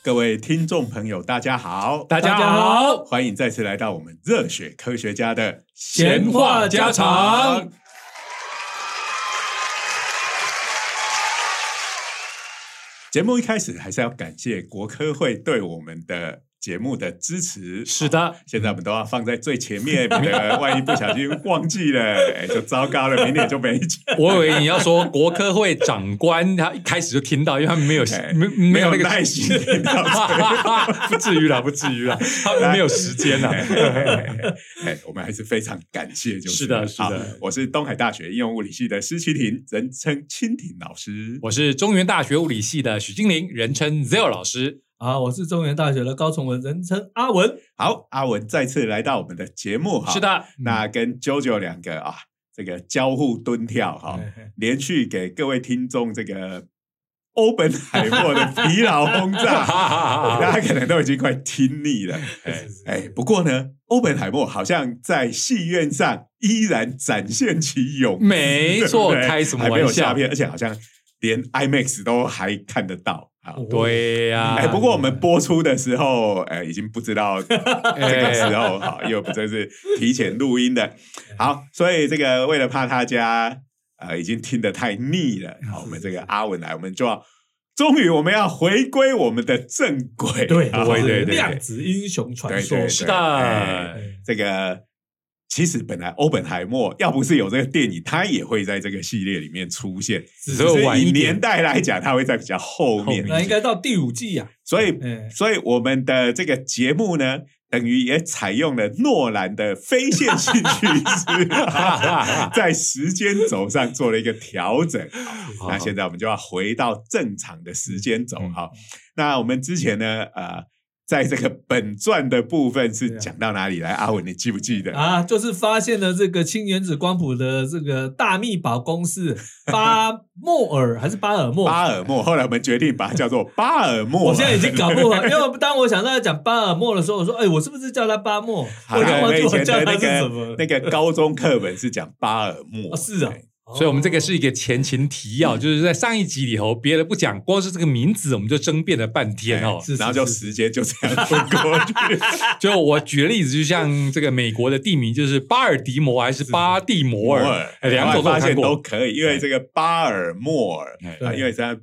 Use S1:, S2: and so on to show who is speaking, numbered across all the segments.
S1: 各位听众朋友，大家好，
S2: 大家好，
S1: 欢迎再次来到我们热血科学家的
S2: 闲话家常。
S1: 节目一开始还是要感谢国科会对我们的节目的支持。
S2: 是的，
S1: 现在我们都要放在最前面，免得万一不小心忘记了，就糟糕了，明年就没讲。
S2: 我以为你要说国科会长官，他一开始就听到，因为他们没有那个
S1: 耐心听到
S2: 不至于啦，他们没有时间啦。
S1: 我们还是非常感谢，就是
S2: 的。
S1: 我是东海大学应用物理系的施启廷，人称蜻蜓老师。
S2: 我是中原大学物理系的许金玲，人称 Zeo 老师。
S3: 我是中原大学的高崇文，人称阿文。
S1: 好，阿文再次来到我们的节目。
S2: 是的，
S1: 那跟 JoJo 两个这个交互蹲跳连续给各位听众这个欧本海默的疲劳轰炸，大家可能都已经快听腻了。不过呢，欧本海默好像在戏院上依然展现其勇，
S2: 没错，开什么玩笑，
S1: 还没有下片，而且好像连 IMAX 都还看得到。
S2: 对呀，
S1: 不过我们播出的时候，已经不知道这个时候，因为我们这是提前录音的。好，所以这个为了怕大家已经听得太腻了，我们这个阿文来，我们就要终于我们要回归我们的正轨，
S3: 对，
S1: 量
S3: 子英雄传说，
S2: 是的，
S1: 这个。其实本来欧本海默要不是有这个电影，他也会在这个系列里面出现，只是以年代来讲，他会在比较后面，
S3: 那应该到第5季啊。
S1: 所以我们的这个节目呢，等于也采用了诺兰的非线性叙事，在时间轴上做了一个调整。那现在我们就要回到正常的时间轴。那我们之前呢，在这个本传的部分是讲到哪里来？阿文，你记不记得
S3: 就是发现了这个氢原子光谱的这个大秘宝公式巴莫尔还是巴尔默？
S1: 巴尔默。后来我们决定把它叫做巴尔默。
S3: 我现在已经搞不好，因为当我想到要讲巴尔默的时候，我说：“我是不是叫他巴默？”我
S1: 以前的
S3: 那
S1: 个高中课本是讲巴尔默。
S3: 是啊。
S2: 所以我们这个是一个前情提要，就是在上一集里头，别的不讲，光是这个名字我们就争辩了半天
S1: 然后就时间就这样混过去。
S2: 就我举的例子，就像这个美国的地名，就是巴尔的摩还是巴蒂摩尔，两种
S1: 发现都可以，因为这个巴尔默尔，因为它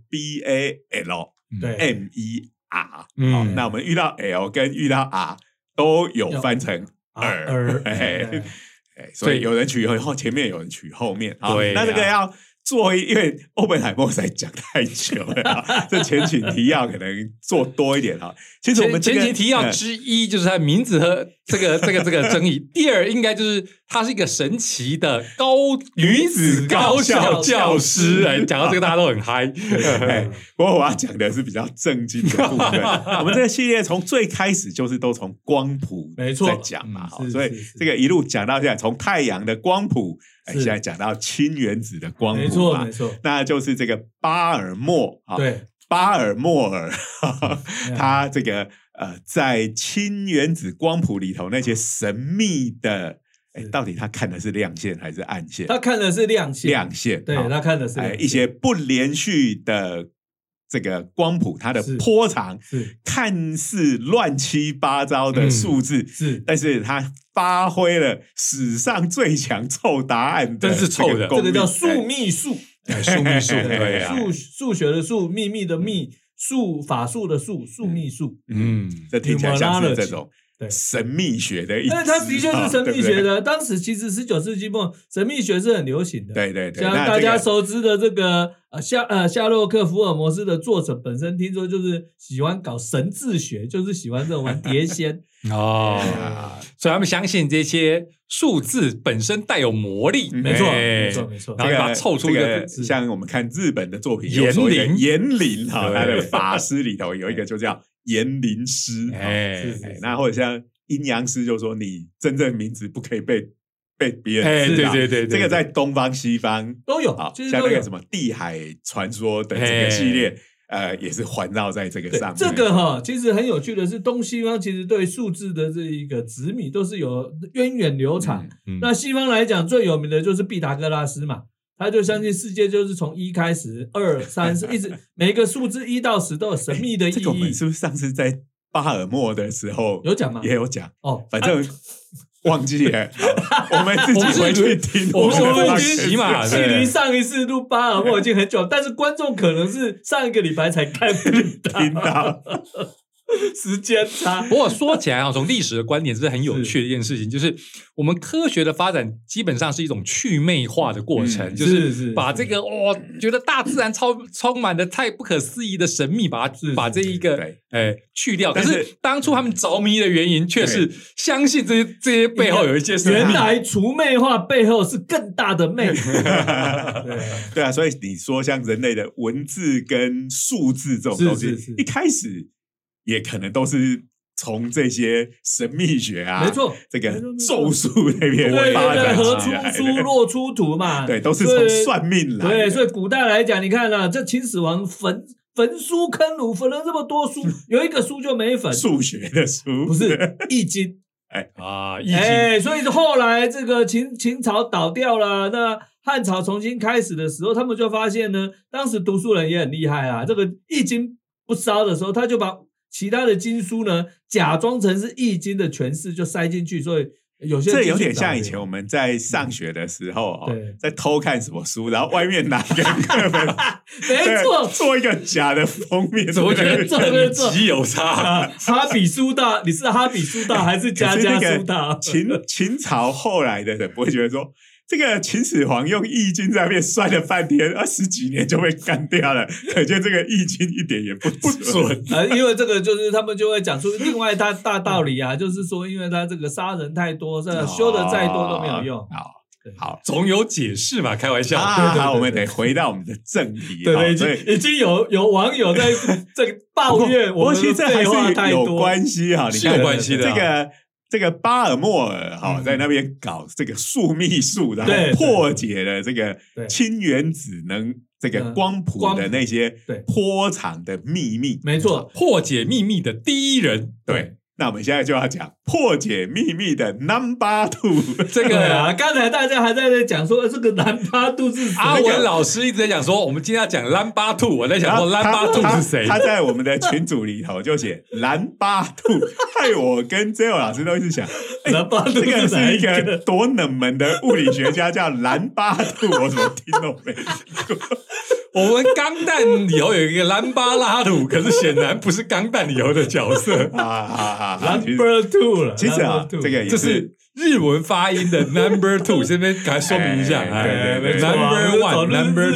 S1: BALMER，那我们遇到 L 跟遇到 R 都有翻成尔。所以有人取后前面，有人取后面。
S2: 对，
S1: 那这个要做，因为欧本海默实在讲太久了，这前情提要可能做多一点哈。其实我们
S2: 前情提要之一就是他名字和这个争议，第二应该就是他是一个神奇的女子高校教师。讲到这个大家都很嗨。
S1: 不过我要讲的是比较正经的部分。我们这个系列从最开始就是都从光谱在讲嘛，所以这个一路讲到现在，从太阳的光谱，现在讲到氢原子的光谱嘛，
S3: 没错，
S1: 那就是这个巴尔默。
S3: 对。
S1: 巴尔默尔，他这个在氢原子光谱里头那些神秘的，到底他看的是亮线还是暗线？
S3: 他看的是亮线，对，他看的是
S1: 一些不连续的这个光谱，它的波长看似乱七八糟的数字，但是它发挥了史上最强凑答案的，
S2: 真是凑的，
S3: 这个叫数幂数。
S2: 数幂数，对啊，
S3: 数学的数，秘密的秘，法术的数，数幂数。
S1: 这听起来像是这种神秘学的意思。
S3: 但是它的确是神秘学的。当时其实19世纪末，神秘学是很流行的。
S1: 对，
S3: 像大家熟知的这个夏洛克·福尔摩斯的作者本身，听说就是喜欢搞神智学，就是喜欢这种玩碟仙。
S2: 所以他们相信这些数字本身带有魔力。
S3: 没错。
S2: 然后把它凑出一个，
S1: 像我们看日本的作品，
S2: 言灵
S1: 他的法师里头有一个就叫言灵师。那或者像阴阳师，就说你真正名字不可以被别人知道。对，这个在东方西方
S3: 都有。
S1: 像那个什么地海传说的这个系列。也是环绕在这个上面。
S3: 这个其实很有趣的是，东西方其实对数字的这一个执迷都是有源远流长。那西方来讲，最有名的就是毕达哥拉斯嘛， 他就相信世界就是从1开始，2、3、4，一直每一个数字1到10都有神秘的意义。
S1: 这个我们是不是上次在巴尔默的时候
S3: 有讲吗？
S1: 也有讲
S3: 哦，
S1: 反正忘记了，我们自己回去听。
S3: 我们
S2: 复习嘛，
S3: 距离上一次录巴尔默已经很久，但是观众可能是上一个礼拜才看
S1: 听到。
S3: 时间差。
S2: 不过说起来啊，从历史的观点，这是很有趣的一件事情，就是我们科学的发展基本上是一种去魅化的过程，就是把这个觉得大自然充满的太不可思议的神秘，把这一个去掉。可是当初他们着迷的原因，却是相信这些背后有一些神秘。
S3: 原来除魅化背后是更大的魅。
S1: 对啊，所以你说像人类的文字跟数字这种东西，一开始也可能都是从这些神秘学啊，
S3: 没错，
S1: 这个咒术那边发展起来的，
S3: 河出书，洛出图嘛，
S1: 对，都是从算命来的。
S3: 对，所以古代来讲，你看啊，这秦始皇焚书坑儒，焚了这么多书，有一个书就没焚，
S1: 数学的书
S3: 不是《易经》。
S2: 易经。
S3: 所以后来这个秦朝倒掉了，那汉朝重新开始的时候，他们就发现呢，当时读书人也很厉害啊，这个《易经》不烧的时候，他就把其他的经书呢，假装成是易经的诠释，就塞进去，所以有些
S1: 这有点像以前我们在上学的时候在偷看什么书，然后外面拿个课本，
S3: 没错，
S1: 做一个假的封面，
S2: 怎么觉得等级有差？
S3: 哈比书大，你是哈比书大还是家家书大？
S1: 秦朝后来的人不会觉得说，这个秦始皇用易经在那边算了半天，20几年就被干掉了，可见这个易经一点也不准
S3: 因为这个就是他们就会讲出另外大道理啊，就是说，因为他这个杀人太多，这个修的再多都没有用。
S1: 好，
S2: 总有解释嘛，开玩笑。
S1: 好，我们得回到我们的正题。
S3: 对，已经有网友在这个抱怨我们的废话太多，
S1: 有关系哈，
S2: 是有关系的。
S1: 这个巴尔默尔在那边搞这个数秘术，然后破解了这个氢原子能这个光谱的那些波长的秘密。
S3: 没错，
S2: 破解秘密的第一人。
S1: 对。那我们现在就要讲破解秘密的 Number 2。
S2: 这个
S3: 啊，刚才大家还在讲说这个 Number 2是谁？
S2: 阿文老师一直在讲说，我们今天要讲 Number 2，我在想说 Number 2是谁？
S1: 他在我们的群组里头就写 Number 2，害我跟 J.O 老师都一直想，这个是一个多冷门的物理学家叫兰巴度，我怎么听都没听过。
S2: 我们钢弹里头有一个兰巴拉图，可是显然不是钢弹里头的角色
S3: Number 2了。
S1: 其实这个也
S2: 是日文发音的 Number 2，这边赶快说明一下。Number One，Number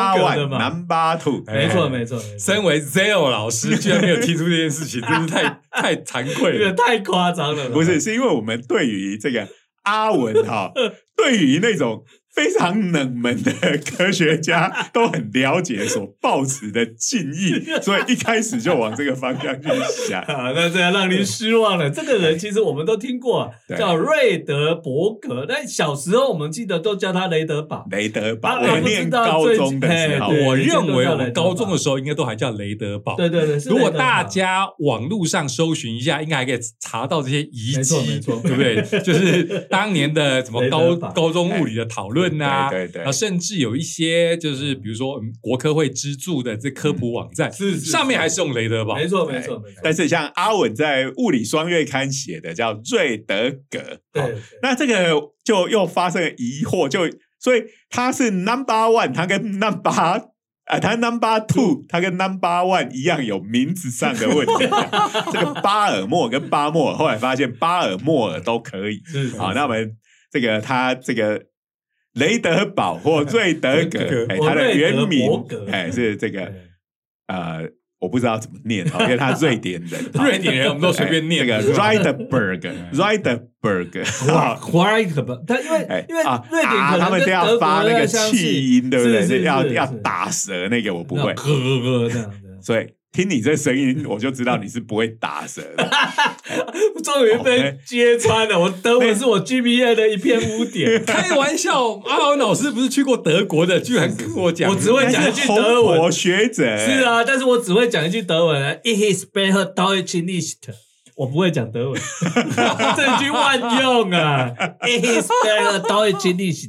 S1: Number 2，
S3: 没错。
S2: 身为 Zeo 老师，居然没有提出这件事情，真是太惭愧了，
S3: 太夸张了。
S1: 不是，是因为我们对于这个阿文对于那种非常冷门的科学家都很了解所抱持的敬意，所以一开始就往这个方向去想。
S3: 那这样让您失望了。这个人其实我们都听过，叫瑞德伯格。但小时候我们记得都叫他雷德堡。
S1: 我们念高中的时候，
S2: 我认为我们高中的时候应该都还叫雷德堡。
S3: 对。
S2: 如果大家网络上搜寻一下，应该还可以查到这些遗迹，对不对？就是当年的什么高中物理的讨论。
S1: 对，
S2: 甚至有一些就是比如说国科会资助的这科普网站，上面还是用雷德堡，
S3: 没错。
S1: 但是像阿文在物理双月刊写的叫瑞德格，那这个就又发生了疑惑，所以他是 Number 1， 他跟 他 Number 2， 他跟 Number 1一样有名字上的问题。这个巴尔默跟巴默尔，后来发现巴尔默尔都可以。好，那我们他这个雷德堡或瑞德格，他的原名是这个我不知道怎么念，因为他瑞典人，
S2: 我们都随便念
S1: 这个 Rydberg，
S3: 他因为瑞典可能
S1: 他们都要发那个气音，对不对？要打舌那个我不会，
S3: 这样子，
S1: 所以。听你这声音，我就知道你是不会打舌的。
S3: 终于被揭穿了，我德文是我 GPA 的一片污点。
S2: 开玩笑，阿文老师不是去过德国的，居然跟我讲，
S3: 我只会讲一句德文。
S1: 学者
S3: 是啊，但是我只会讲一句德文。Ich spreche Deutsch nicht。我不会讲德文，这句万用啊！Ich spreche Deutsch nicht。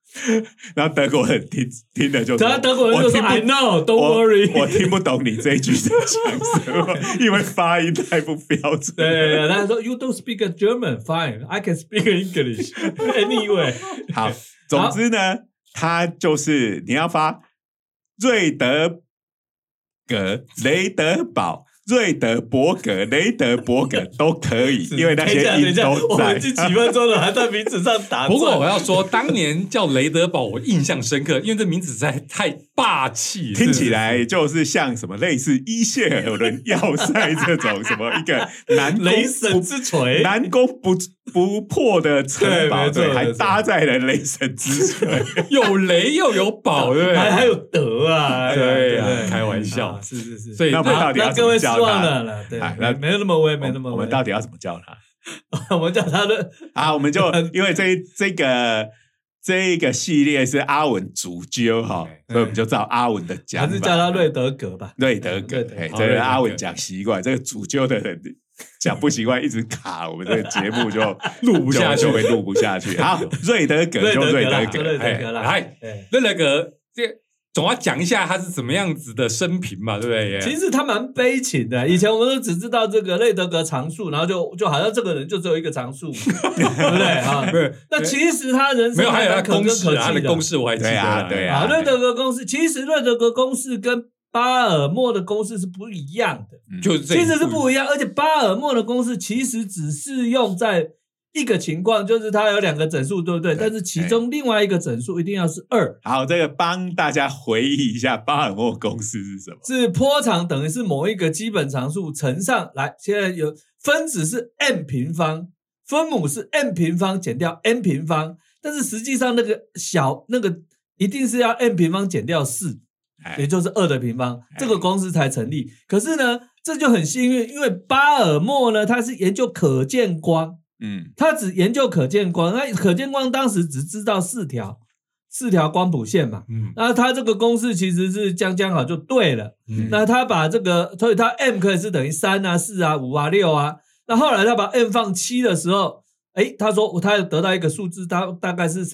S1: 然后德国人听了就说，
S3: 德国人就说 I know, don't worry，
S1: 我听不懂你这一句在讲什么，因为发音太不标准。
S3: 对，他说 You don't speak German, fine, I can speak English anyway。
S1: 好，总之呢，它就是你要发瑞德格、雷德堡、瑞德伯格、雷德伯格都可以，因为那些音都在。
S3: 我们已经几分钟了，还在名字上打转。
S2: 不过我要说，当年叫雷德堡，我印象深刻，因为这名字实在太霸气，
S1: 听起来就是像什么类似伊谢尔伦要塞这种什么一个
S3: 雷神之锤、
S1: 南攻不破的城堡，对，还搭载了雷神之锤，
S2: 有雷又有宝，对不对？
S3: 还有德啊，
S2: 对啊，开玩笑，
S3: 是。
S2: 所以
S1: 那我们到底要怎么叫他？
S3: 对，没有那么威，没那么威。
S1: 我们到底要怎么叫他？
S3: 我们叫他的
S1: 我们就因为这个系列是阿文主揪哈，所以我们就照阿文的讲法，
S3: 还是叫他瑞德格吧？
S1: 瑞德格，这个阿文讲习惯，这个主揪的人讲不习惯，一直卡，我们这个节目就
S2: 录不下去，
S1: 就会录不下去。好，瑞德格就瑞德格，
S2: 来，瑞德格这。总要讲一下他是怎么样子的生平嘛，对不对？
S3: 其实他蛮悲情的。以前我们都只知道这个雷德格常数，然后就好像这个人就只有一个常数，对不对啊？那其实他人生
S2: 没有，还有他公式，
S3: 他
S2: 的公式我还记得。
S1: 对啊，
S3: 瑞德格公式，其实瑞德格公式跟巴尔默的公式是不一样的，其实是不一样，而且巴尔默的公式其实只适用在一个情况，就是它有两个整数，对不对？但是其中另外一个整数一定要是2。
S1: 好，这个帮大家回忆一下巴尔默公式是什么？
S3: 是波长等于是某一个基本常数乘上来，现在有分子是 m 平方，分母是 m 平方减掉 n 平方，但是实际上那个一定是要 m 平方减掉4，也就是2的平方，这个公式才成立。可是呢，这就很幸运，因为巴尔默呢，他是研究可见光。他只研究可见光，那可见光当时只知道4条光谱线嘛，那他这个公式其实是将好就对了，那他把这个，所以他 m 可以是等于3啊、4啊、5啊、6啊，那后来他把 m 放7的时候，他说他有得到一个数字，他大概是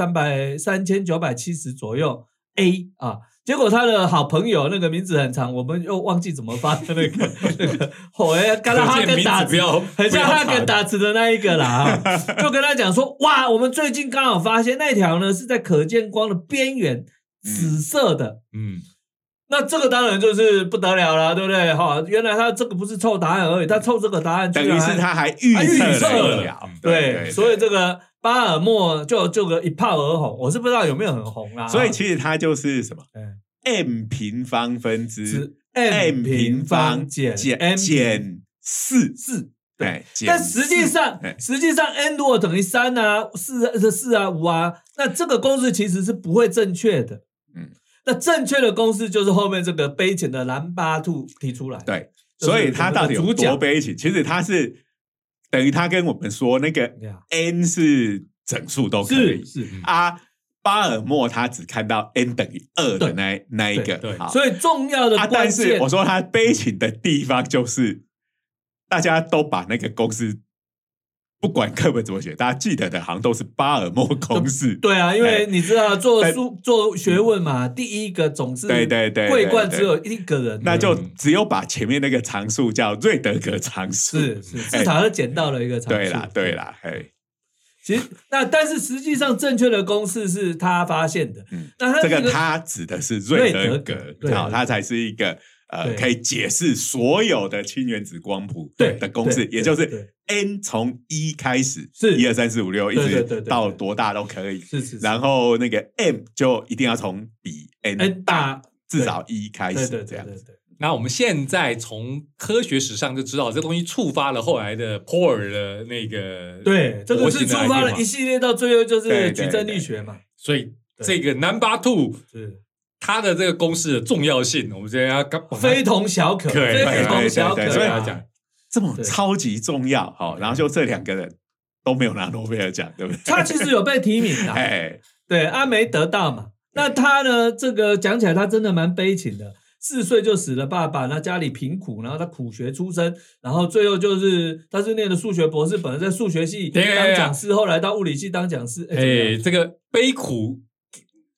S3: 3970左右 A 啊。结果他的好朋友那个名字很长，我们又忘记怎么发的那个，跟他哈根达斯，很像哈根达斯的那一个啦，就跟他讲说，哇，我们最近刚好发现那条呢是在可见光的边缘，紫色的，那这个当然就是不得了了，对不对？原来他这个不是凑答案而已，他凑这个答案，
S1: 等于是他还预测了，
S3: 对，所以这个巴尔默就一炮而红，我是不知道有没有很红啦。
S1: 所以其实它就是什么 m 平方分之
S3: m 平方减
S1: 4，对。
S3: 但实际上 n 如果等于3啊、4啊、5啊，那这个公式其实是不会正确的。那正确的公式就是后面这个悲情的兰巴兔提出来。
S1: 对，所以他到底有多悲情？其实他是等于他跟我们说，那个 n 是整数都可以，
S3: 是
S1: 巴尔默他只看到 n 等于2的那一个，
S3: 所以重要的关键，
S1: 但是我说他悲情的地方就是大家都把那个公式。不管课本怎么写，大家记得的好像都是巴尔默公式。
S3: 对啊，因为你知道做学问嘛，第一个总是桂冠只有一个人，
S1: 那就只有把前面那个常数叫瑞德格常数，
S3: 至少他捡到了一个常数。
S1: 对啦，
S3: 其实但是实际上正确的公式是他发现的。那
S1: 这个他指的是瑞德格，他才是一个可以解释所有的氢原子光谱的公式，也就是 n 从1开始，是1、2、3、4、5、6，一直到多大都可以。
S3: 是。
S1: 然后那个 m 就一定要从比 n 大，至少1开始这样子。
S2: 那我们现在从科学史上就知道，这东西触发了后来的波尔的那个，
S3: 对，这个是触发了一系列，到最后就是矩阵力学嘛。
S2: 所以这个 number 2是它的这个公式的重要性，我们今天要
S3: 非同小可，非同小可。
S1: 所以讲这么超级重要，然后就这2个人都没有拿诺贝尔奖，对不对？
S3: 他其实有被提名的，对，没得到嘛。那他呢？这个讲起来，他真的蛮悲情的。4岁就死了爸爸，那家里贫苦，然后他苦学出身，然后最后就是他是念的数学博士，本来在数学系当讲师，后来到物理系当讲师。
S2: 这个悲苦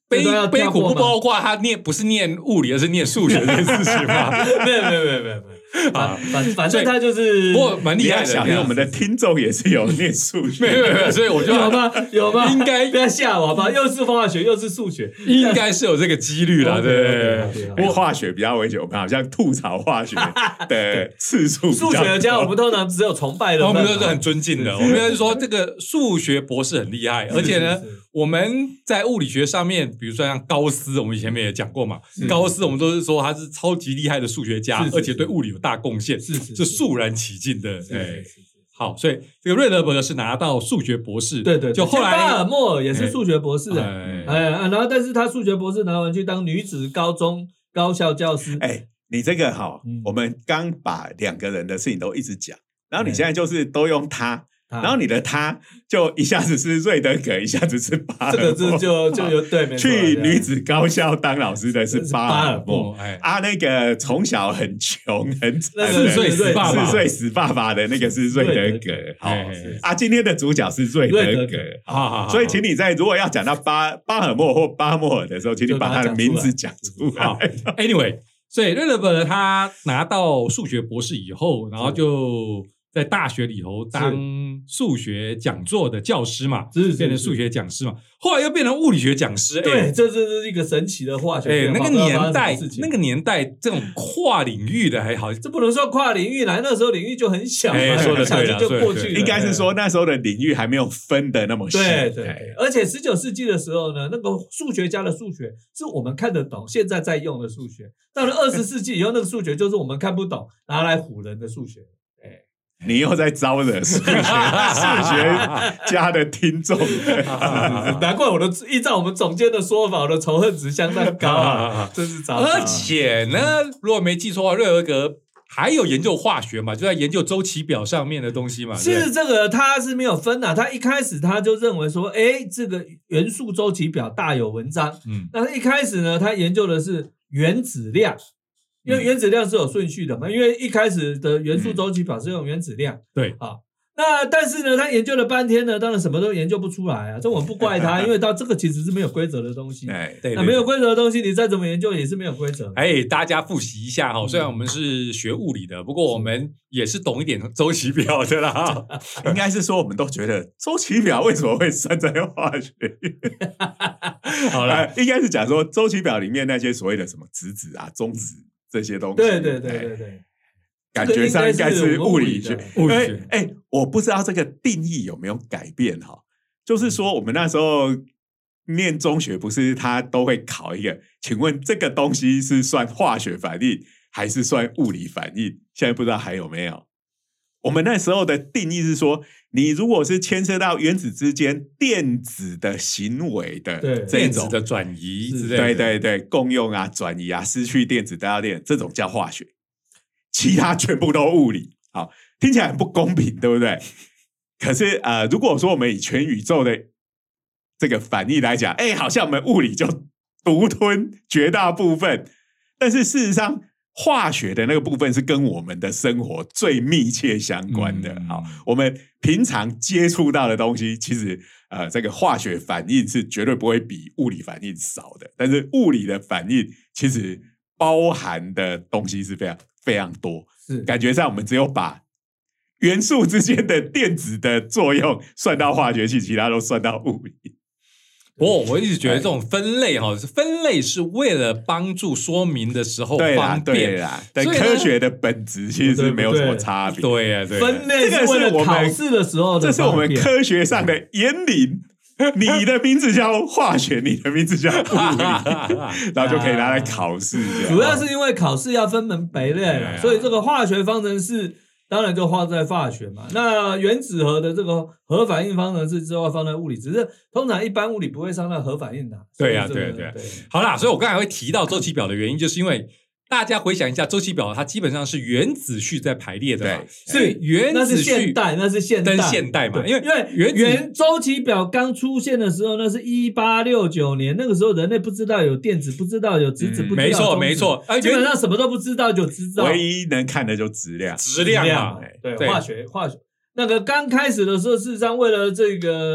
S2: 悲苦不包括他不是念物理，而是念数学这件事情嘛？
S3: 没有。反正他就是，
S2: 不过蛮厉害的。
S1: 小心我们的听众也是有念数学，
S2: 没有，所以我就
S3: 有吗？
S2: 应该
S3: 不要吓我吧，又是化学又是数学，
S2: 应该是有这个几率啦，对。
S1: 我化学比较危险，我们好像吐槽化学的次数。
S3: 数学家我们通常只有崇拜的，
S2: 我们都是很尊敬的。我们就是说，这个数学博士很厉害，而且呢，我们在物理学上面，比如说像高斯，我们以前也讲过嘛，高斯我们都是说他是超级厉害的数学家，而且对物理有大贡献，是肃然起敬的。好，所以这个瑞德伯是拿到数学博士，
S3: 对，
S2: 就后来
S3: 巴尔默尔也是数学博士然后但是他数学博士拿完去当女子高中高校教师。
S1: 你这个好，我们刚把两个人的事情都一直讲，然后你现在就是都用他。然后你的他就一下子是瑞德格，一下子是巴尔默，
S3: 这个就有对，没错。
S1: 去女子高校当老师的是巴尔默，那个从小很穷很惨
S2: 4岁
S1: 死爸爸的那个是瑞德格。好今天的主角是瑞德格。所以请你在如果要讲到巴尔默或巴莫尔的时候，请你把他的名字讲出来。
S2: Anyway， 所以瑞德伯他拿到数学博士以后，然后就在大学里头当数学讲座的教师嘛，变成数学讲师嘛，后来又变成物理学讲师。
S3: 对，这是一个神奇的化学。
S2: 那个年代这种跨领域的还好，
S3: 这不能说跨领域啦，那时候领域就很小嘛，
S2: 说的对了，
S3: 就过去了。
S1: 应该是说那时候的领域还没有分的那么细。
S3: 对，而且19世纪的时候呢，那个数学家的数学是我们看得懂，现在在用的数学。到了20世纪以后，那个数学就是我们看不懂，拿来唬人的数学。
S1: 你又在招惹数学家的听众，
S3: 难怪依照我们总监的说法，我的仇恨值相当高真是糟糕。
S2: 而且呢，如果没记错的话，瑞德格还有研究化学嘛，就在研究周期表上面的东西嘛。
S3: 其实这个他是没有分的，他一开始他就认为说，这个元素周期表大有文章。那一开始呢，他研究的是原子量。因为原子量是有顺序的嘛，因为一开始的元素周期表是用原子量。
S2: 对
S3: 那但是呢，他研究了半天呢，当然什么都研究不出来啊。这我们不怪他，因为到这个其实是没有规则的东西。那没有规则的东西，你再怎么研究也是没有规则。
S2: 大家复习一下虽然我们是学物理的，不过我们也是懂一点周期表的啦。
S1: 应该是说我们都觉得周期表为什么会算在化学好了，应该是讲说周期表里面那些所谓的什么质子啊、中子这些东西。
S3: 对。
S1: 感觉上应该是物理学。我不知道这个定义有没有改变就是说我们那时候念中学，不是他都会考一个，请问这个东西是算化学反应还是算物理反应？现在不知道还有没有。我们那时候的定义是说，你如果是牵涉到原子之间电子的行为的这种
S2: 电子的转移之类的，
S1: 对，共用啊、转移啊、失去电子带到电，这种叫化学。其他全部都物理。好，听起来很不公平，对不对？可是如果说我们以全宇宙的这个反应来讲，好像我们物理就独吞绝大部分，但是事实上化学的那个部分是跟我们的生活最密切相关的。好，我们平常接触到的东西，其实这个化学反应是绝对不会比物理反应少的，但是物理的反应其实包含的东西是非常多，感觉上我们只有把元素之间的电子的作用算到化学系，其他都算到物理。
S2: 我一直觉得这种分类分类是为了帮助说明的时候方便。
S1: 对啦，但科学的本质其实是没有什么差别。
S2: 对，
S3: 分类是为了考试的时候的，
S1: 这是我们科学上的严谨。你的名字叫化学，你的名字叫物理，然后就可以拿来考试。
S3: 主要是因为考试要分门别类了，所以这个化学方程式当然就放在化学嘛。那原子核的这个核反应方程式之后放在物理，只是通常一般物理不会上到核反应的。
S2: 对。好啦，所以我刚才会提到周期表的原因，就是因为大家回想一下，周期表它基本上是原子序在排列的嘛，所以原子序
S3: 那是现代
S2: 嘛，因为
S3: 原周期表刚出现的时候，那是1869年，那个时候人类不知道有电子，不知道有质子，不知道
S2: 没错，
S3: 基本上什么都不知道，就知道
S1: 唯一能看的就质量
S2: 嘛，
S3: 对，化学那个刚开始的时候，事实上为了这个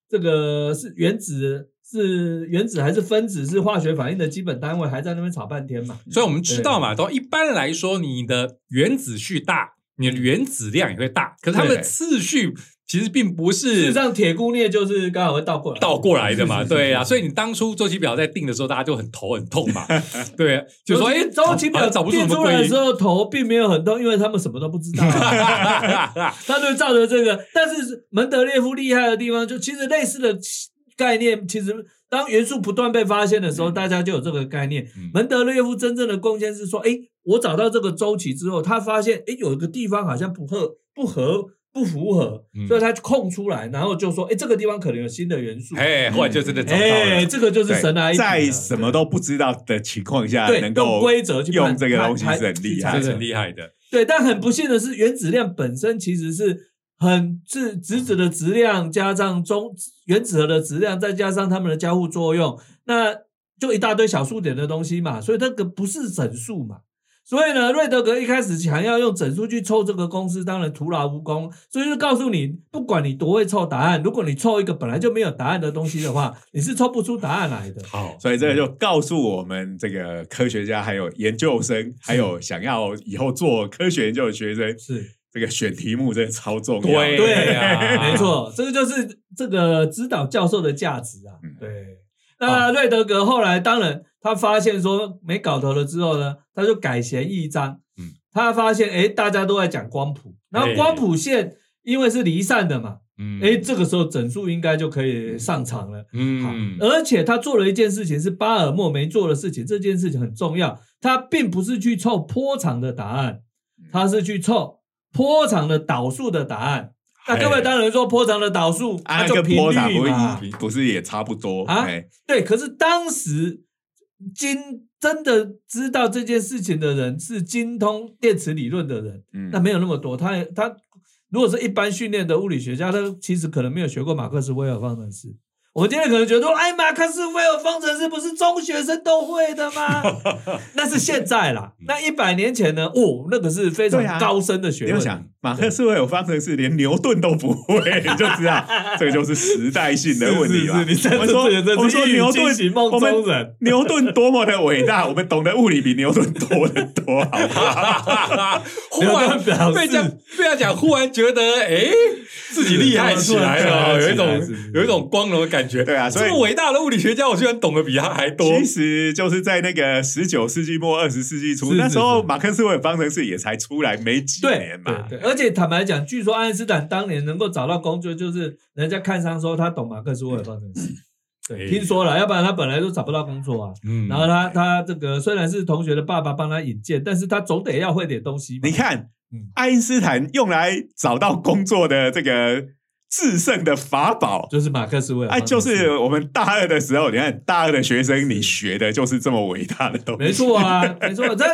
S3: 这个是原子还是分子是化学反应的基本单位，还在那边吵半天嘛。
S2: 所以我们知道嘛，都一般来说，你的原子序大，你的原子量也会大，可是它们的次序其实并不是。
S3: 事实上，铁估镍就是刚好会倒过来
S2: 的嘛，对啊，所以你当初周期表在定的时候，大家就很头很痛嘛，对，就说
S3: 周期表定出来的时候头并没有很痛，因为他们什么都不知道，他就照着这个。但是门德列夫厉害的地方，就其实类似的概念，其实当元素不断被发现的时候，大家就有这个概念。门德列夫真正的贡献是说，我找到这个周期之后，他发现有一个地方好像不符合，所以他空出来，然后就说，这个地方可能有新的元素。
S2: 后来就真的找到了。
S3: 这个就是神来一笔。
S1: 在什么都不知道的情况下，能够
S3: 用规则去
S1: 用这个东西是很厉害，
S2: 是很厉害的。
S3: 对，但很不幸的是，原子量本身其实是质子的质量加上原子核的质量，再加上它们的交互作用，那就一大堆小数点的东西嘛，所以这个不是整数嘛。所以呢，瑞德格一开始想要用整数去凑这个公式，当然徒劳无功。所以就告诉你，不管你多会凑答案，如果你凑一个本来就没有答案的东西的话，你是凑不出答案来的。
S1: 好，所以这个就告诉我们，这个科学家还有研究生，还有想要以后做科学研究的学生，
S3: 是
S1: 这个选题目真的超重要。
S3: 对啊，没错，这个就是这个指导教授的价值啊。对，那瑞德格后来当然他发现说没搞头了之后呢，他就改弦易张。他发现大家都在讲光谱，然后光谱线因为是离散的嘛，这个时候整数应该就可以上场了。好，而且他做了一件事情是巴尔默没做的事情，这件事情很重要，他并不是去凑波长的答案，他是去凑波长的导数的答案。那各位当然说波长的导数就频率嘛，
S1: 不是也差不多
S3: 啊？对，可是当时真的知道这件事情的人是精通电磁理论的人，那没有那么多。他如果是一般训练的物理学家，他其实可能没有学过马克斯韦尔方程式。我们今天可能觉得马克斯韦尔方程式不是中学生都会的吗？那是现在啦。那100年前呢？那个是非常高深的学问。
S1: 你想，马克斯韦尔方程式连牛顿都不会，你就知道这个就是时代性的问题吧。我们说牛顿，牛顿多么的伟大，我们懂得物理比牛顿多得多，好不好？
S2: 忽然被这样讲，忽然觉得自己厉害起来了，有一种光荣的感觉。
S1: 对啊，所以
S2: 这么伟大的物理学家，我居然懂得比他还多。
S1: 其实就是在那个19世纪末20世纪初，那时候马克斯韦尔方程式也才出来没几年嘛。
S3: 对，而且坦白讲，据说爱因斯坦当年能够找到工作，就是人家看上说他懂马克斯韦尔方程式。对，听说了，要不然他本来都找不到工作啊。然后他这个虽然是同学的爸爸帮他引荐，但是他总得要会点东西嘛。
S1: 你看，爱因斯坦用来找到工作的这个制胜的法宝
S3: 就是马克斯韦尔，
S1: 就是我们大2的时候，你看大2的学生，你学的就是这么伟大的东西。
S3: 没错啊，没错。这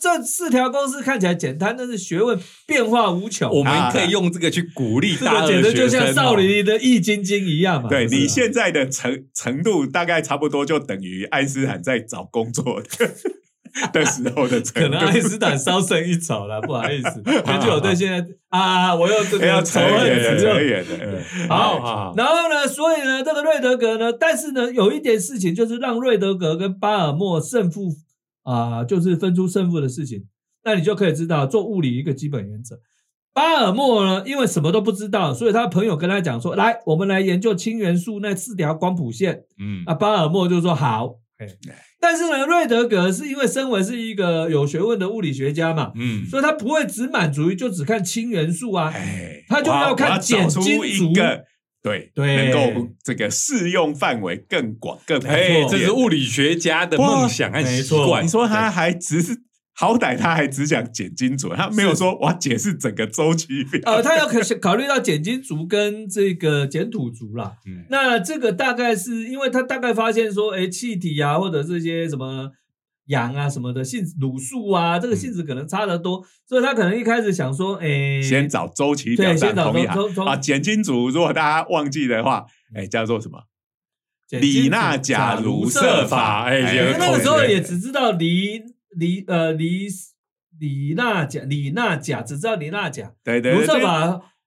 S3: 4条公式看起来简单，但是学问变化无穷。
S2: 我们可以用这个去鼓励大2的学生，
S3: 简直就像少林的易筋经一样嘛。
S1: 对，你现在的程度大概差不多，就等于爱因斯坦在找工作的时候的程度。
S3: 可能爱因斯坦稍胜一筹了，不好意思。根据我对现在我又这个
S1: 扯远了。
S3: 好，然后呢，所以呢，这个瑞德格呢，但是呢，有一点事情就是让瑞德格跟巴尔默胜负就是分出胜负的事情。那你就可以知道做物理一个基本原则。巴尔默呢，因为什么都不知道，所以他朋友跟他讲说：“来，我们来研究氢元素那4条光谱线。”巴尔默就说好。但是呢，瑞德格是因为身为是一个有学问的物理学家嘛，所以他不会只满足于就只看氢元素啊，他就要看碱金属，
S1: 对，能够这个适用范围更广更广。
S2: 这是物理学家的梦想和习惯。
S1: 你说他还只是好歹他还只讲碱金属，他没有说我要解释整个周期表。
S3: 他要考虑到碱金属跟这个碱土族啦。那这个大概是因为他大概发现说，气体啊或者这些什么氧啊什么的卤素啊，这个性质可能差得多，所以他可能一开始想说，
S1: 先找周期表上同意碱金属，如果大家忘记的话，叫做什么？李纳贾卢瑟法。
S3: 那个时候也只知道李纳钾只知道李纳钾，
S1: 对，
S3: 卢瑟法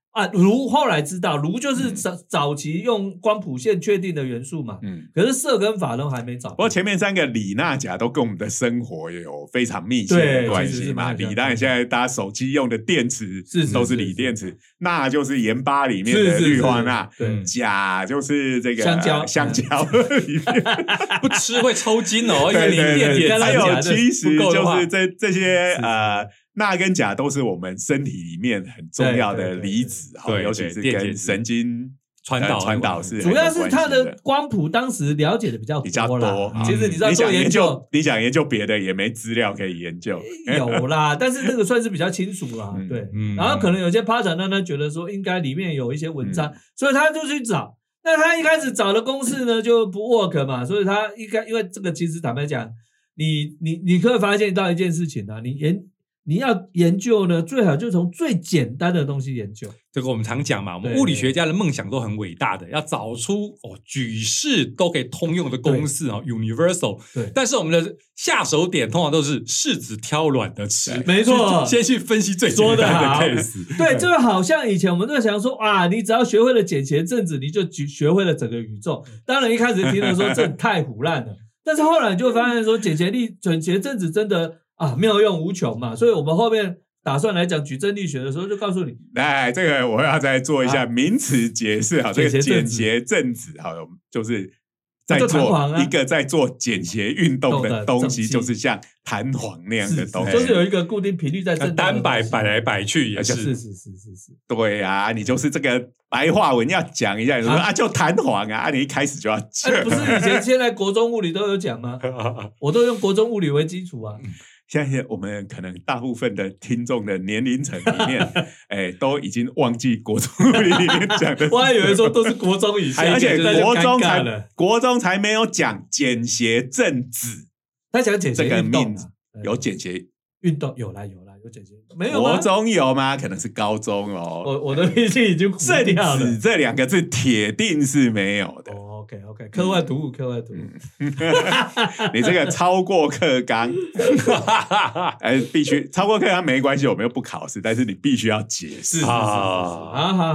S3: 啊，卢后来知道，卢就是早期用光谱线确定的元素嘛，可是铯跟法都还没找到。
S1: 不过前面3个锂钠钾都跟我们的生活有非常密切的关系嘛。锂当然现在大家手机用的电池都是锂电池，钠就是盐巴里面的氯化钠，钾就是这个香蕉里面
S2: 不吃会抽筋哦，因为锂电也
S1: 还有其实就是这些钠跟钾都是我们身体里面很重要的离子，尤其是跟神经传导是
S3: 主要是它的光谱当时了解的比较多。其实你知道做研究，
S1: 你想研究别的也没资料可以研究。
S3: 有啦，但是那个算是比较清楚啦。对，然后可能有些 partner 呢觉得说应该里面有一些文章，所以他就去找。那他一开始找的公式呢就不 work 嘛，所以他因为这个其实坦白讲，你可以发现到一件事情啊，你要研究呢，最好就从最简单的东西研究。
S2: 这个我们常讲嘛，我们物理学家的梦想都很伟大的，要找出举世都可以通用的公式universal。对，但是我们的下手点通常都是柿子挑软的吃，
S3: 没错，
S2: 先去分析最简单的 case。
S3: 对，就好像以前我们都想说啊，你只要学会了简谐正子，你就学会了整个宇宙。当然一开始听了说这太唬烂了，但是后来你就发现说简谐正子真的妙用无穷嘛，所以我们后面打算来讲矩阵力学的时候，就告诉你，
S1: 来这个我要再做一下名词解释。好，这个简谐正子，好，就是在做一个在做简谐运动的东西，就是像弹簧那样的东西，
S3: 就是有一个固定频率在震动，
S2: 单摆来摆去也是，
S3: 是，
S1: 对啊，你就是这个白话文要讲一下，你说就弹簧啊，你一开始就要讲，
S3: 不是以前现在国中物理都有讲吗？我都用国中物理为基础啊。
S1: 现在我们可能大部分的听众的年龄层里面，都已经忘记国中物理里面讲的。
S3: 我还以为说都是国中以前，
S1: 而且国中才没有讲简谐正子。
S3: 他讲简谐运动
S1: 有简谐
S3: 运动有简谐，没有
S1: 国中有吗？可能是高中哦。
S3: 我的脾气已经正
S1: 子这2个字铁定是没有的。
S3: OK， 课外读物。
S1: 你这个超过课纲，必须超过课纲没关系，我们又不考试，但是你必须要解释
S3: 好，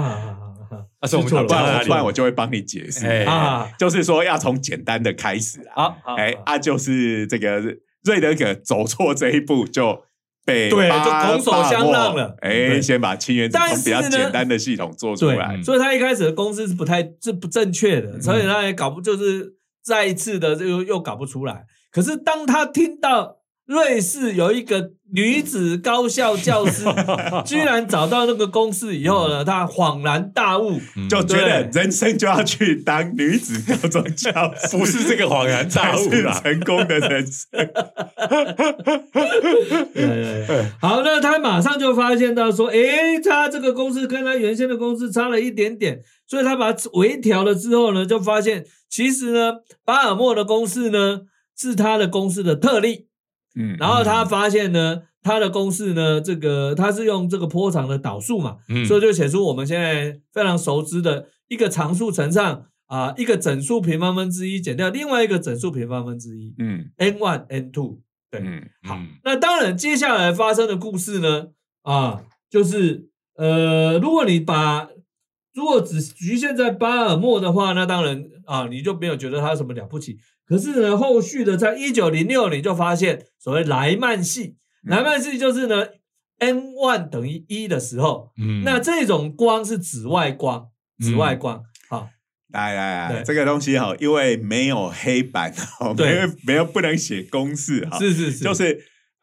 S1: 不然我就会帮你解释。就是说要从简单的开始就是这个瑞德格走错这一步就被
S3: 就拱手相让了。
S1: 先把氢原子从比较简单的系统做出来，
S3: 所以他一开始的公式是不正确的，所以他也就是再一次的又搞不出来。可是当他听到瑞士有一个女子高校教师居然找到那个公式以后呢，他恍然大悟，
S1: 就觉得人生就要去当女子高中教师，
S2: 不是这个恍然大悟啦，
S1: 成功的人生。
S3: 好，那他马上就发现到说，他这个公式跟他原先的公式差了一点点，所以他把它微调了之后呢，就发现其实呢，巴尔默的公式呢是他的公式的特例。然后他发现呢，他的公式呢，他是用这个波长的导数嘛，所以就写出我们现在非常熟知的一个常数乘上一个整数平方分之一减掉另外一个整数平方分之一，n1 n2， 对，好，那当然接下来发生的故事呢，就是如果只局限在巴尔默的话，那当然你就没有觉得他有什么了不起。可是呢，后续的在1906年就发现所谓莱曼系，莱曼系就是呢 n1 等于1的时候，那这种光是紫外光，好，
S1: 来，这个东西因为没有黑板，没有不能写公式，
S3: 是，
S1: 就是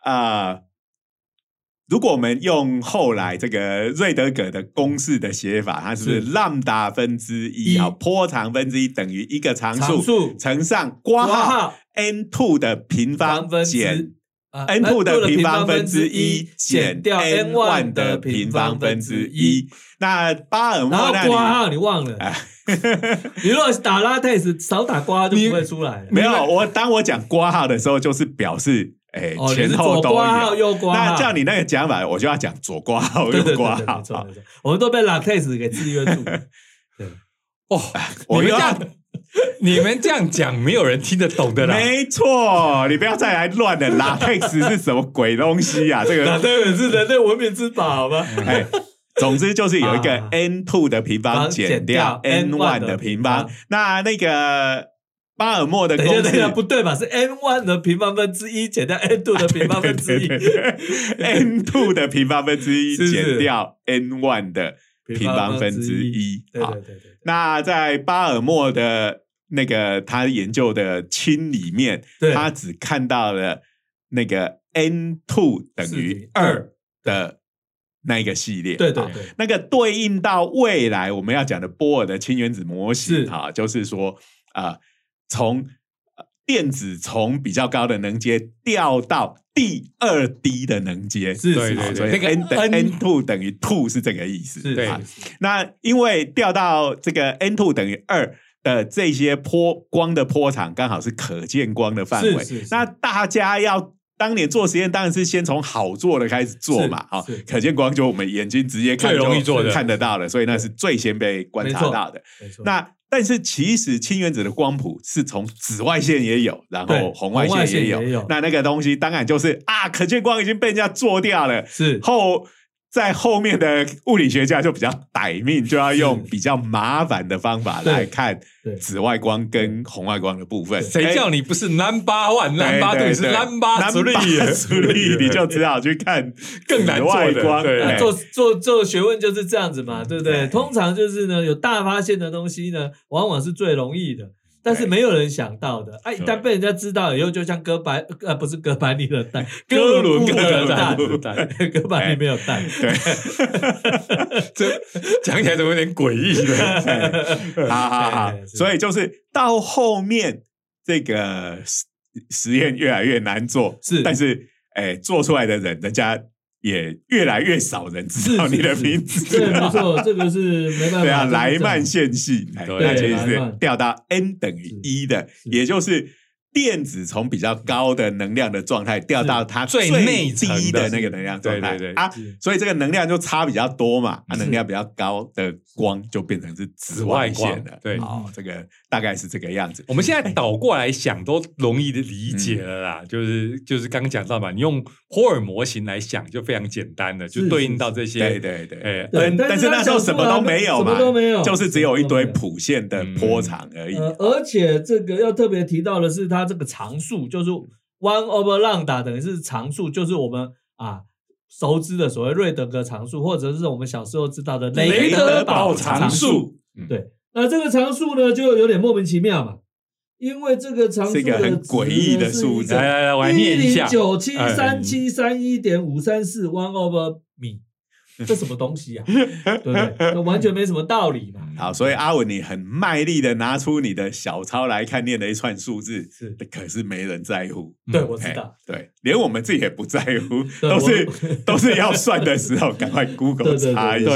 S1: 如果我们用后来这个瑞德格的公式的写法，它是不是 lambda 分之一波长分之一等于一个常数乘上括号 n2 的平方减 n2 的平方分之一减掉 n1 的平方分之一。那巴尔默那里，然后
S3: 括号你忘了。你如果打 latex 少打括号就不会出来了。
S1: 没有，当我讲括号的时候，就是表示前后都有。左括号右括号，那照你那个讲法，我就要讲左括号右括号。
S3: 我们都被 latex 给制约住。对，
S2: 你们这样讲，没有人听得懂的啦。
S1: 没错，你不要再来乱了。latex 是什么鬼东西啊？这个
S3: latex 是人类文明之宝吗？
S1: 总之就是有一个 n2 的平方减掉 n1 的平方。那个巴尔默的公式，
S3: 等一下不对吧？是 n1 的平方分之一减掉 n2 的平方分之一
S1: ，n2 的平方分之一减掉 n1 的平方分之一。
S3: 对。
S1: 那在巴尔默的那个他研究的氢里面，他只看到了那个 n2 等于2的那一个系列。
S3: 对，
S1: 那个对应到未来我们要讲的波尔的氢原子模型，就是说从电子从比较高的能阶掉到第2低的能阶，
S3: 对，
S1: 所以 n2 等于 2 是这个意思。
S3: 对，
S1: 那因为掉到这个 n2 等于2的这些光的波长刚好是可见光的范围，那大家要当年做实验当然是先从好做的开始做嘛，可见光就我们眼睛直接看
S2: 最容易做的
S1: 看得到的，所以那是最先被观察到的。那但是其实氢原子的光谱是从紫外线也有，然后红外线也有，那个东西当然就是可见光已经被人家做掉了，在后面的物理学家就比较歹命，就要用比较麻烦的方法来看紫外光跟红外光的部分。
S2: 谁叫你不是 number one， 你是 number three，
S1: 你就只好去看
S2: 更难做的光。
S3: 做学问就是这样子嘛，对不对？通常就是呢，有大发现的东西呢，往往是最容易的。但是没有人想到的，一旦被人家知道以后，就像不是哥白尼的蛋，哥伦布的蛋，哥白尼没有蛋，
S1: 对，
S2: 这讲起来怎么有点诡异的？
S1: 好，所以就是到后面这个实验越来越难做，但是做出来的人家也越来越少人知道你的名字，
S3: 对，没错，这个是没办法。
S1: 对啊，莱曼线性，那其实是掉到 n 等于1的，也就是电子从比较高的能量的状态掉到它最低的那个能量状态，所以这个能量就差比较多嘛，能量比较高的光就变成是紫外线了。
S2: 对，
S1: 这个大概是这个样子。
S2: 我们现在倒过来想都容易的理解了啦，就是刚刚讲到嘛，你用波尔模型来想就非常简单的，就对应到这些。
S1: 对，但是那时候什么都没有嘛，就是只有一堆谱线的波长而已。
S3: 而且这个要特别提到的是，它这个常数就是 one over lambda 等于是常数，就是我们熟知的所谓瑞德格常数，或者是我们小时候知道的雷德堡常数。对，那这个常数呢就有点莫名其妙嘛，因为这个常数
S1: 是一个很诡异的数字。
S2: 来，我来念一下
S3: ：109737311.534 one over 米。这什么东西啊？对不对？完全没什么道理嘛。
S1: 好，所以阿文，你很卖力的拿出你的小抄来看，念了一串数字，可是没人在乎。
S3: 对，我知道。
S1: 对，连我们自己也不在乎，都是要算的时候，赶快 Google 查一下。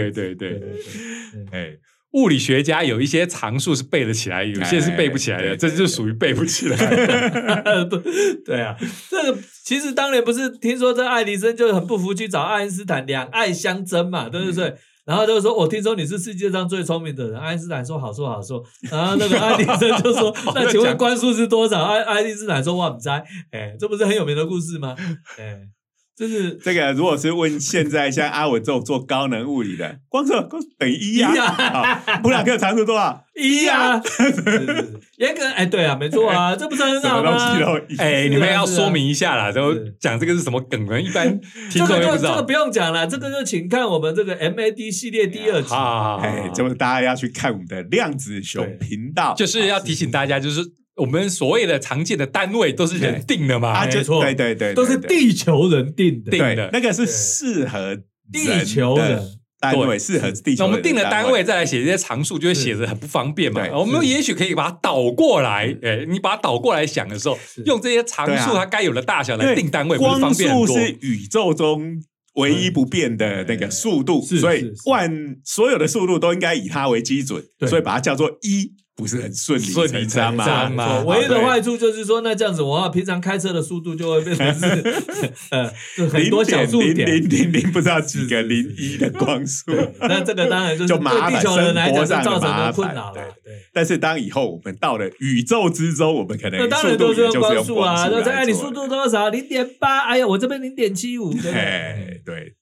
S2: 对。物理学家有一些常数是背得起来，有些是背不起来的，这就属于背不起来的。
S3: 对啊，这个其实当年不是听说这爱迪生就很不服气，找爱因斯坦两爱相争嘛，对不对？然后就说我听说你是世界上最聪明的人，爱因斯坦说好说好说，然后那个爱迪生就说那请问关数是多少？爱因斯坦说我不知道，这不是很有名的故事吗？就是
S1: 这个，如果是问现在像阿文这种做高能物理的，光是等于1啊，普朗克常数多少？1啊，
S3: 严格对啊，没错啊，这不是很好吗？
S2: 你们要说明一下啦，都讲这个是什么梗呢？一般听众又不知道。
S3: 这个不用讲了，这个就请看我们这个 MAD 系列第2集。
S1: 就是大家要去看我们的量子熊频道，
S2: 就是要提醒大家，就是我们所谓的常见的单位都是人定的嘛，
S3: 没错，
S1: 对，
S3: 都是地球人定的，
S1: 那个是适合
S3: 地球人
S1: 单位，适合地球人。
S2: 那我们定了单位再来写这些常数，就会写得很不方便嘛。我们也许可以把它倒过来，你把它倒过来想的时候，用这些常数它该有的大小来定单位，不是方便很多。
S1: 光速是宇宙中唯一不变的那个速度，所以所有的速度都应该以它为基准，所以把它叫做1。不是很顺理成章嘛？
S3: 唯一的坏处就是说，那这样子，我平常开车的速度就会变成是很多小数点
S1: 0.000不知道几个01的光速。
S3: 那这个当然就是对地球人来讲是造成的困扰了。
S1: 但是当以后我们到了宇宙之中，我们可能
S3: 当然都是用光速啊。你速度多少？0.8。哎呀，我这边0.75。
S1: 对，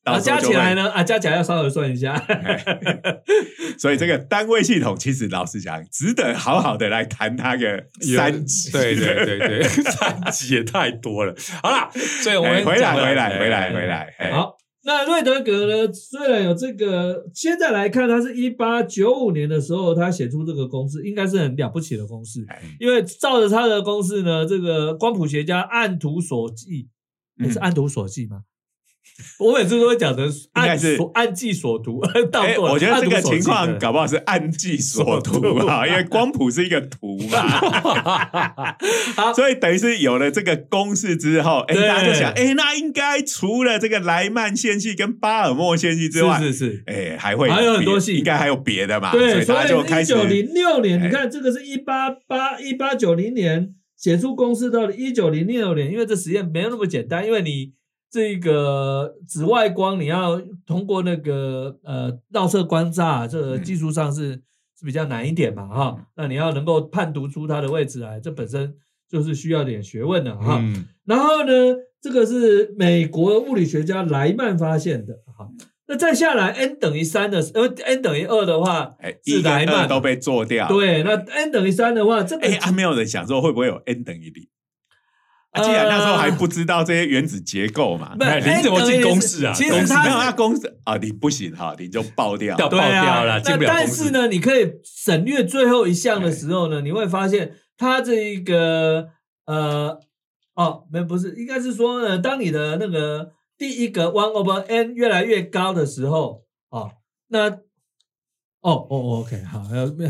S3: 加起来呢加起来要稍微算一下。
S1: 所以这个单位系统其实老实讲，值得好好的来谈它个3集。
S2: 对3集也太多了。好啦，所以我们
S1: 回来。
S3: 好。那瑞德格呢？虽然有这个，现在来看，他是1895年的时候，他写出这个公式，应该是很了不起的公式。因为照着他的公式呢，这个光谱学家按图索骥，是按图索骥吗？我每次都会讲成按计索图，
S1: 我觉得这个情况搞不好是按计索图啊，因为光谱是一个图嘛。所以等于是有了这个公式之后，大家就想，那应该除了这个莱曼线系跟巴尔默线系之外，
S3: 是，
S1: 还
S3: 有很多系，
S1: 应该还有别的嘛。
S3: 对，
S1: 所以大家就开始
S3: 1906年，你看这个是1890年写出公式，到了1906年，因为这实验没有那么简单，因为你这个紫外光你要通过那个绕射光栅，这个技术上是比较难一点嘛哈。那你要能够判读出它的位置来，这本身就是需要点学问的哈。然后呢，这个是美国物理学家莱曼发现的哈。那再下来 n 等于3的，因为 n 等于2的话，是莱曼
S1: 都被做掉。
S3: 对，那 n 等于3的话，这个
S1: 没有人想说会不会有 n 等于0。既然那时候还不知道这些原子结构嘛，
S2: 零怎么进公式啊？
S3: 其实
S1: 它公式你不行哈，你就爆掉
S2: 了，进不了公式。
S3: 但是呢，你可以省略最后一项的时候呢，你会发现它这一个不是，应该是说呢，当你的那个第一个 1/n 越来越高的时候那OK 好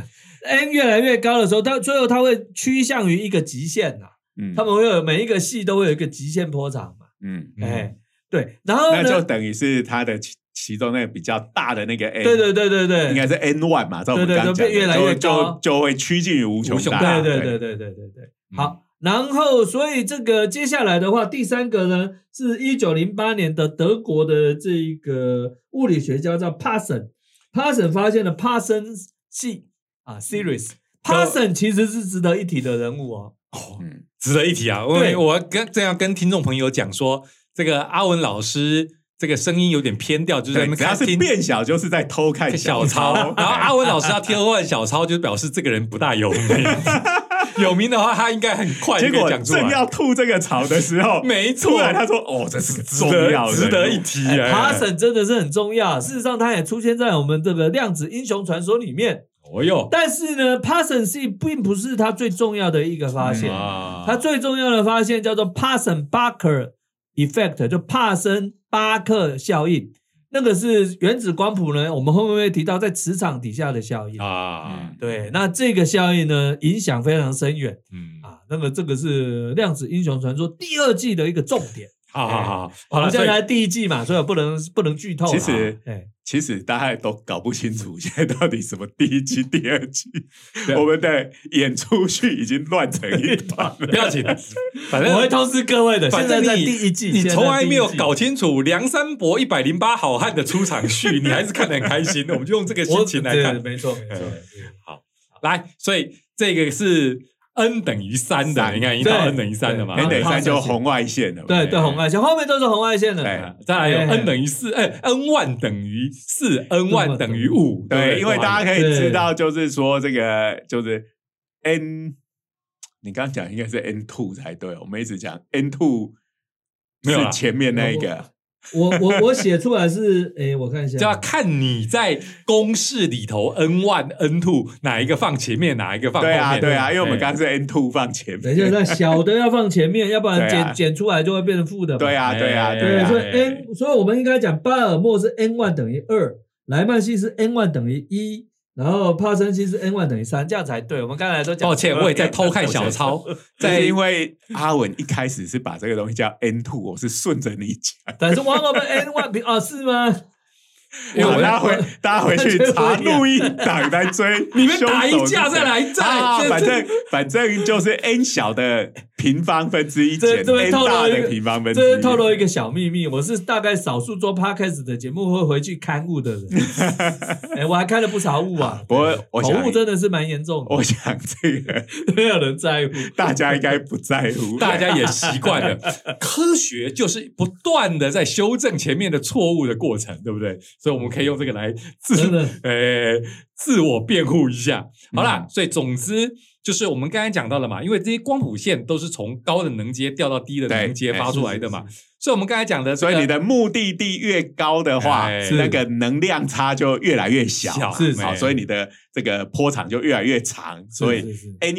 S3: ，n 越来越高的时候，它最后它会趋向于一个极限呐。他们会有每一个系都会有一个极限波长嘛，对，然后呢，
S1: 那就等于是它的其中那个比较大的那个 n，
S3: 对，
S1: 应该是 n1 嘛，照我们刚刚讲的，
S3: 越来越高，
S1: 就会趋近于无穷大，
S3: 对，好，然后所以这个接下来的话，第3个呢是1908年的德国的这个物理学家叫 Parsons 发现了 Parsons 系series。Parsons 其实是值得一提的人物
S2: 值得一提啊！我这样跟听众朋友讲说，这个阿文老师这个声音有点偏调，就是
S1: 只要是变小就是在偷看小抄，
S2: 然后阿文老师要偷看小抄，就表示这个人不大有名。有名的话，他应该很快就可以讲出来。
S1: 结果正要吐这个槽的时候，
S2: 没错，
S1: 突然他说：“这是重要的，
S2: 值得一提。
S3: ”Parsons 真的是很重要，事实上他也出现在我们这个量子英雄传说里面。但是呢 ，Parsons 并不是他最重要的一个发现，他最重要的发现叫做 Parsons-Barker Effect， 就帕森巴克效应。那个是原子光谱呢，我们后面会提到在磁场底下的效应对，那这个效应呢，影响非常深远。这个是量子英雄传说第2季的一个重点。
S2: 好，
S3: 我们现在来第1季嘛，所以不能剧透。
S1: 其实大家都搞不清楚现在到底什么第1季、第2季，我们的演出序已经乱成一团了。
S2: 不要紧，反正
S3: 我会通知各位的。现在在第1季，
S2: 你从来没有搞清楚梁山伯108好汉的出场序，你还是看得很开心。我们就用这个心情来看，
S3: 没错。
S2: 好，来，所以这个是。n 等于3的，你看已经到 n 等于3了嘛
S1: ？n 等于3就红外线了。
S3: 对，红外线后面都是红外线的。
S2: 再来有 n 等于4 ，n1 等于4，n1 等于5。
S1: 对，因为大家可以知道，就是说这个就是 n， 你刚刚讲应该是 n2 才对，我们一直讲 n2 是前面那一个。
S3: 我写出来是我看一下，
S2: 就要看你在公式里头 n1、n2 哪一个放前面，哪一个放后面。
S1: 对啊，因为我们刚刚是 n2 放前面，
S3: 等一下，那小的要放前面，要不然减出来就会变成负的嘛。
S1: 对啊，
S3: 所以我们应该讲巴尔默是 n1 等于2，莱曼系是 n1 等于1。然后帕森系是 n1 等于3，这样才对。我们刚才都讲，
S2: 抱歉，我也在偷看小抄。
S1: 因为阿文一开始是把这个东西叫 n2， 我是顺着你讲。
S3: 但是1/n1是吗？
S1: 大家回去查录音档来追，
S2: 你们打一架再来战。
S1: 反正就是 n 小的平方分之一减 n 大的平方分之一。
S3: 这透露一个小秘密，我是大概少数做 podcast 的节目会回去看物的人。我还看了不少物啊。
S1: 不过我想
S3: 口误真的是蛮严重的。
S1: 我想这个
S3: 没有人在乎，
S1: 大家应该不在乎，
S2: 大家也习惯了。科学就是不断的在修正前面的错误的过程，对不对？所以我们可以用这个来自我辩护一下。好啦，所以总之就是我们刚才讲到了嘛，因为这些光谱线都是从高的能阶调到低的能阶发出来的嘛，所以我们刚才讲的
S1: 所以你的目的地越高的话，那个能量差就越来越小，所以你的这个波长就越来越长，所以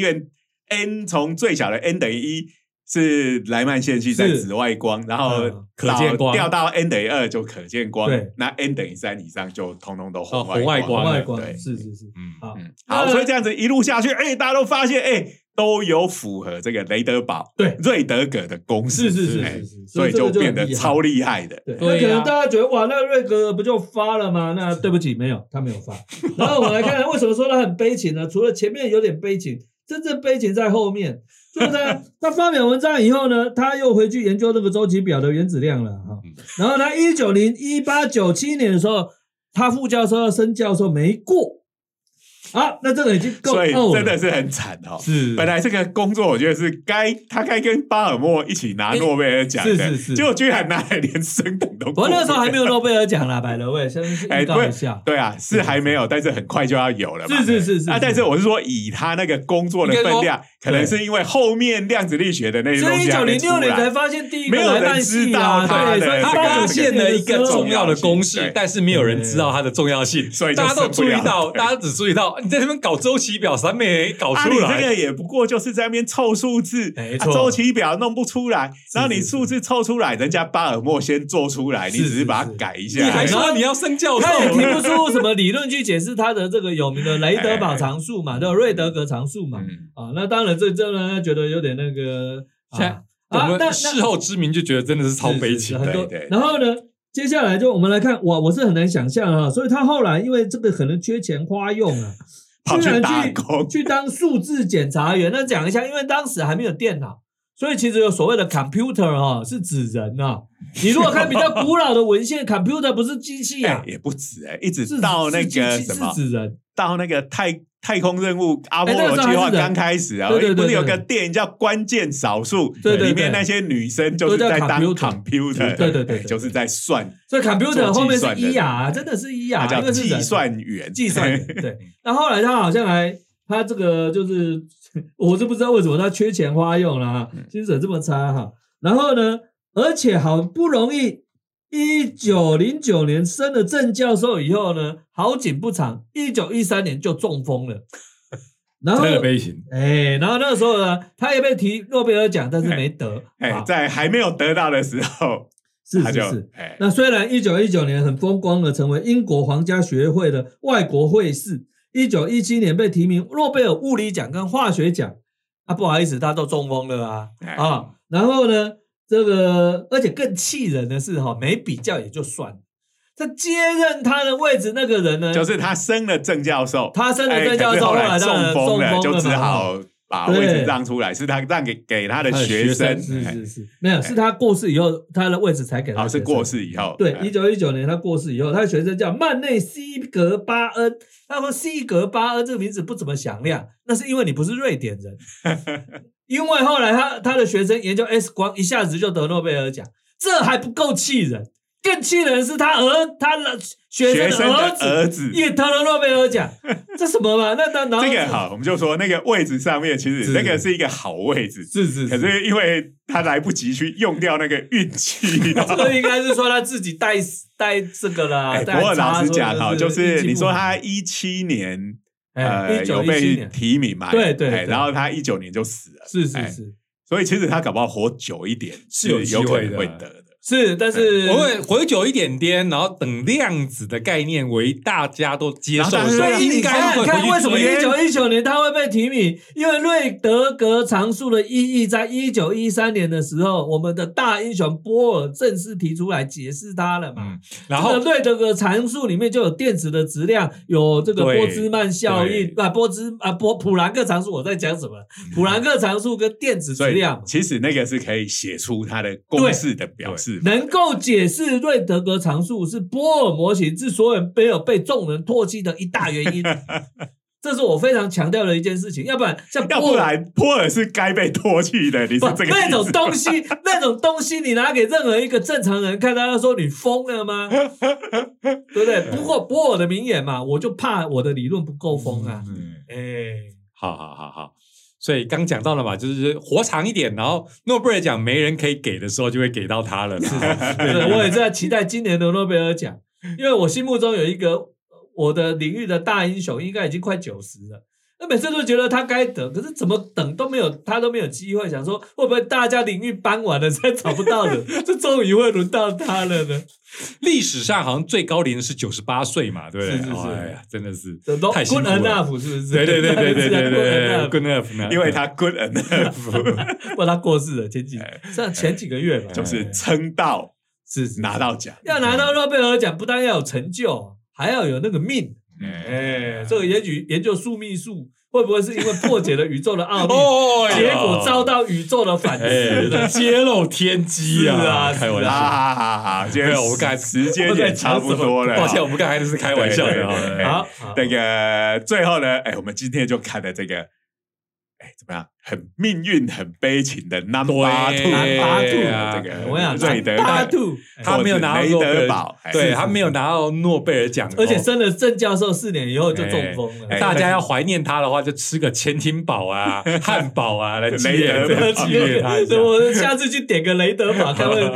S1: n 从最小的 n 等于1是莱曼线系在紫外光，然后
S2: 可见光
S1: 掉到 n 等于2就可见光，那 n 等于3以上就通通都红外光。
S3: 对，是，
S1: 好，所以这样子一路下去，大家都发现，都有符合这个雷德堡、瑞德格的公式，
S3: 是，
S1: 所以就变得超厉害的。
S3: 对，那可能大家觉得哇，那瑞德格不就发了吗？那对不起，没有，他没有发。然后我们来看看为什么说他很悲情呢？除了前面有点悲情，真正悲情在后面。就是他发表文章以后呢，他又回去研究那个周期表的原子量了哈。然后他1897年的时候，他副教授要升教授没过。那这个已经够
S1: 所以真的是很惨哦。是，本来这个工作我觉得是他该跟巴尔默一起拿诺贝尔奖的，结果居然拿来连升等都过。
S3: 我那时候还没有诺贝尔奖啦，百乐位，先预告一下。
S1: 对啊，是还没有，但是很快就要有了嘛。
S3: 是。
S1: 但是我是说，以他那个工作的分量，可能是因为后面量子力学的那些东西还没出来，
S3: 所以1906年才发现第一个
S1: 没有人知道他
S2: 发现了一个重要的公式，但是没有人知道它的重要性，
S1: 所以
S2: 大家都注意到，大家只注意到你在那边搞周期表，咱没搞出来。
S1: 你这个也不过就是在那边凑数字，周期表弄不出来，然后你数字凑出来，人家巴尔默先做出来，你只是把它改一下。
S2: 你还说你要升教授，
S3: 他也提不出什么理论去解释他的这个有名的雷德堡常数嘛，对，瑞德格常数嘛。那当然这让他觉得有点那个
S2: 我们事后之明就觉得真的是超悲情。
S1: 对。
S3: 然后呢，接下来就我们来看，哇，我是很难想象啊，所以他后来因为这个可能缺钱花用啊，
S1: 跑去打工
S3: 去当数字检查员。那讲一下，因为当时还没有电脑，所以其实有所谓的 computer 是指人啊。你如果看比较古老的文献computer 不是机器啊，
S1: 也不止一直到那个什么，
S3: 是指人，
S1: 到那个太空任务阿波罗计划刚开始啊，不是有个电影叫《关键少数》，里面那些女生就是在当 computer，
S3: 对，
S1: 就是在算。
S3: 所以 computer 后面是ER，真的是 ER，
S1: 叫计算员。
S3: 对。那后来他好像他这个就是我是不知道为什么他缺钱花用了，薪水这么差哈。然后呢，而且好不容易1909年升了正教授以后呢，好景不长，1913年就中风了。然后
S2: 真的悲情。
S3: 然后那个时候呢，他也被提诺贝尔奖，但是没得。
S1: 在还没有得到的时候，
S3: 是。那虽然1919年很风光的成为英国皇家学会的外国会士，1917年被提名诺贝尔物理奖跟化学奖，不好意思，他都中风了然后呢，这个而且更气人的是没比较也就算了，他接任他的位置那个人呢，
S1: 就是他升了正教授，
S3: 后来
S1: 中风了，就只好把位置让出来，是他让给他的学生，
S3: 是没有，是他过世以后，他的位置才给他。
S1: 是过世以后，
S3: 对，1919年他过世以后，他的学生叫曼内西格巴恩。他说西格巴恩这个名字不怎么响亮，那是因为你不是瑞典人。因为后来他的学生研究 X 光，一下子就得诺贝尔奖，这还不够气人。更气人的是他的学生的儿子也得了诺贝尔奖，这什么嘛？那
S1: 这个好，我们就说那个位置上面其实那个是一个好位置，
S3: 是。
S1: 可是因为他来不及去用掉那个运气，
S3: 这个应该是说他自己带这个啦。
S1: 不过老实讲就是你说他17年有被提名嘛，
S3: 对，
S1: 然后他19年就死了，
S3: 是。
S1: 所以其实他搞不好活久一点是有可能会得的。
S3: 是，但是
S2: 我会回久一点点，然后等量子的概念为大家都接受的时候，应该会
S3: 看为什么
S2: 回去追
S3: 1919年他会被提名？因为瑞德格常数的意义在1913年的时候，我们的大英雄波尔正式提出来解释它了嘛。
S2: 然后
S3: 瑞德格常数里面就有电子的质量，有这个波兹曼效应普朗克常数。我在讲什么？普朗克常数跟电子质量，
S1: 其实那个是可以写出它的公式的表示，
S3: 能够解释瑞德格常数是波尔模型之所以没有被众人唾弃的一大原因。这是我非常强调的一件事情，要不然
S1: 波尔是该被唾弃的，你是这个
S3: 那种东西，你拿给任何一个正常人看，他说你疯了吗？对不对？不过波尔的名言嘛，我就怕我的理论不够疯啊。
S2: 好，所以刚讲到了嘛，就是活长一点，然后诺贝尔奖没人可以给的时候，就会给到他了。
S3: 对，我也在期待今年的诺贝尔奖，因为我心目中有一个我的领域的大英雄，应该已经快90了。那每次都觉得他该得，可是怎么等都没有，他都没有机会。想说会不会大家领域搬完了才找不到人，这终于会轮到他了呢？
S2: 历史上好像最高龄是98岁嘛，对不对？
S3: 是，
S2: 哎呀，真的是太辛苦了。
S3: Good enough 是不是？
S2: 对 ，Good enough，
S1: 因为他 Good enough，
S3: 不，他过世了，前几个月吧，
S1: 就是撑到
S3: 是
S1: 拿到奖，
S3: 要拿到诺贝尔奖，不但要有成就，还要有那个命。这个也许研究宿命术会不会是因为破解了宇宙的奥秘，结果遭到宇宙的反噬，
S2: 揭露天机啊！
S1: 开玩笑，好，今天我们刚才时间也差不多了，
S2: 抱歉，我们刚才是开玩笑的。
S1: 好，那个最后呢，我们今天就看了这个，怎么样？很命运很悲情的 Number Two， 这个瑞德
S3: 2，
S2: 他没有拿到诺贝尔奖，对，他没有拿到诺贝尔奖，
S3: 而且升了正教授4年以后就中风了。
S2: 大家要怀念他的话，就吃个潜艇堡啊、汉堡啊来纪念他。
S3: 我下次去点个雷德堡，看看。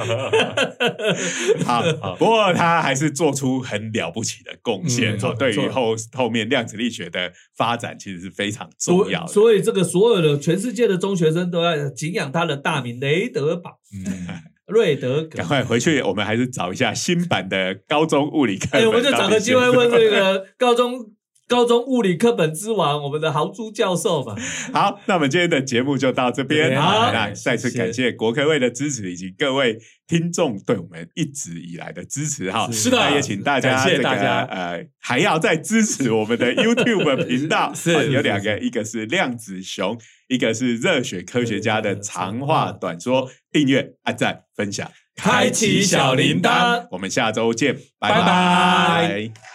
S1: 好，不过他还是做出很了不起的贡献，对于后面量子力学的发展其实是非常重要的。
S3: 所以这个所有的全世界的中学生都要敬仰他的大名雷德堡。瑞德格，
S1: 赶快回去，我们还是找一下新版的高中物理课本。
S3: 我们就找个机会问这个高中物理课本之王，我们的豪猪教授嘛。
S1: 好，那我们今天的节目就到这边。
S3: 好，
S1: 那再次感谢国科会的支持，以及各位听众对我们一直以来的支持。哈，
S2: 是的，
S1: 也请大家这个还要再支持我们的 YouTube 频道。是有2个，一个是量子熊，一个是热血科学家的长话短说。订阅、按赞、分享，
S3: 开启小铃铛。
S1: 我们下周见，拜
S2: 拜。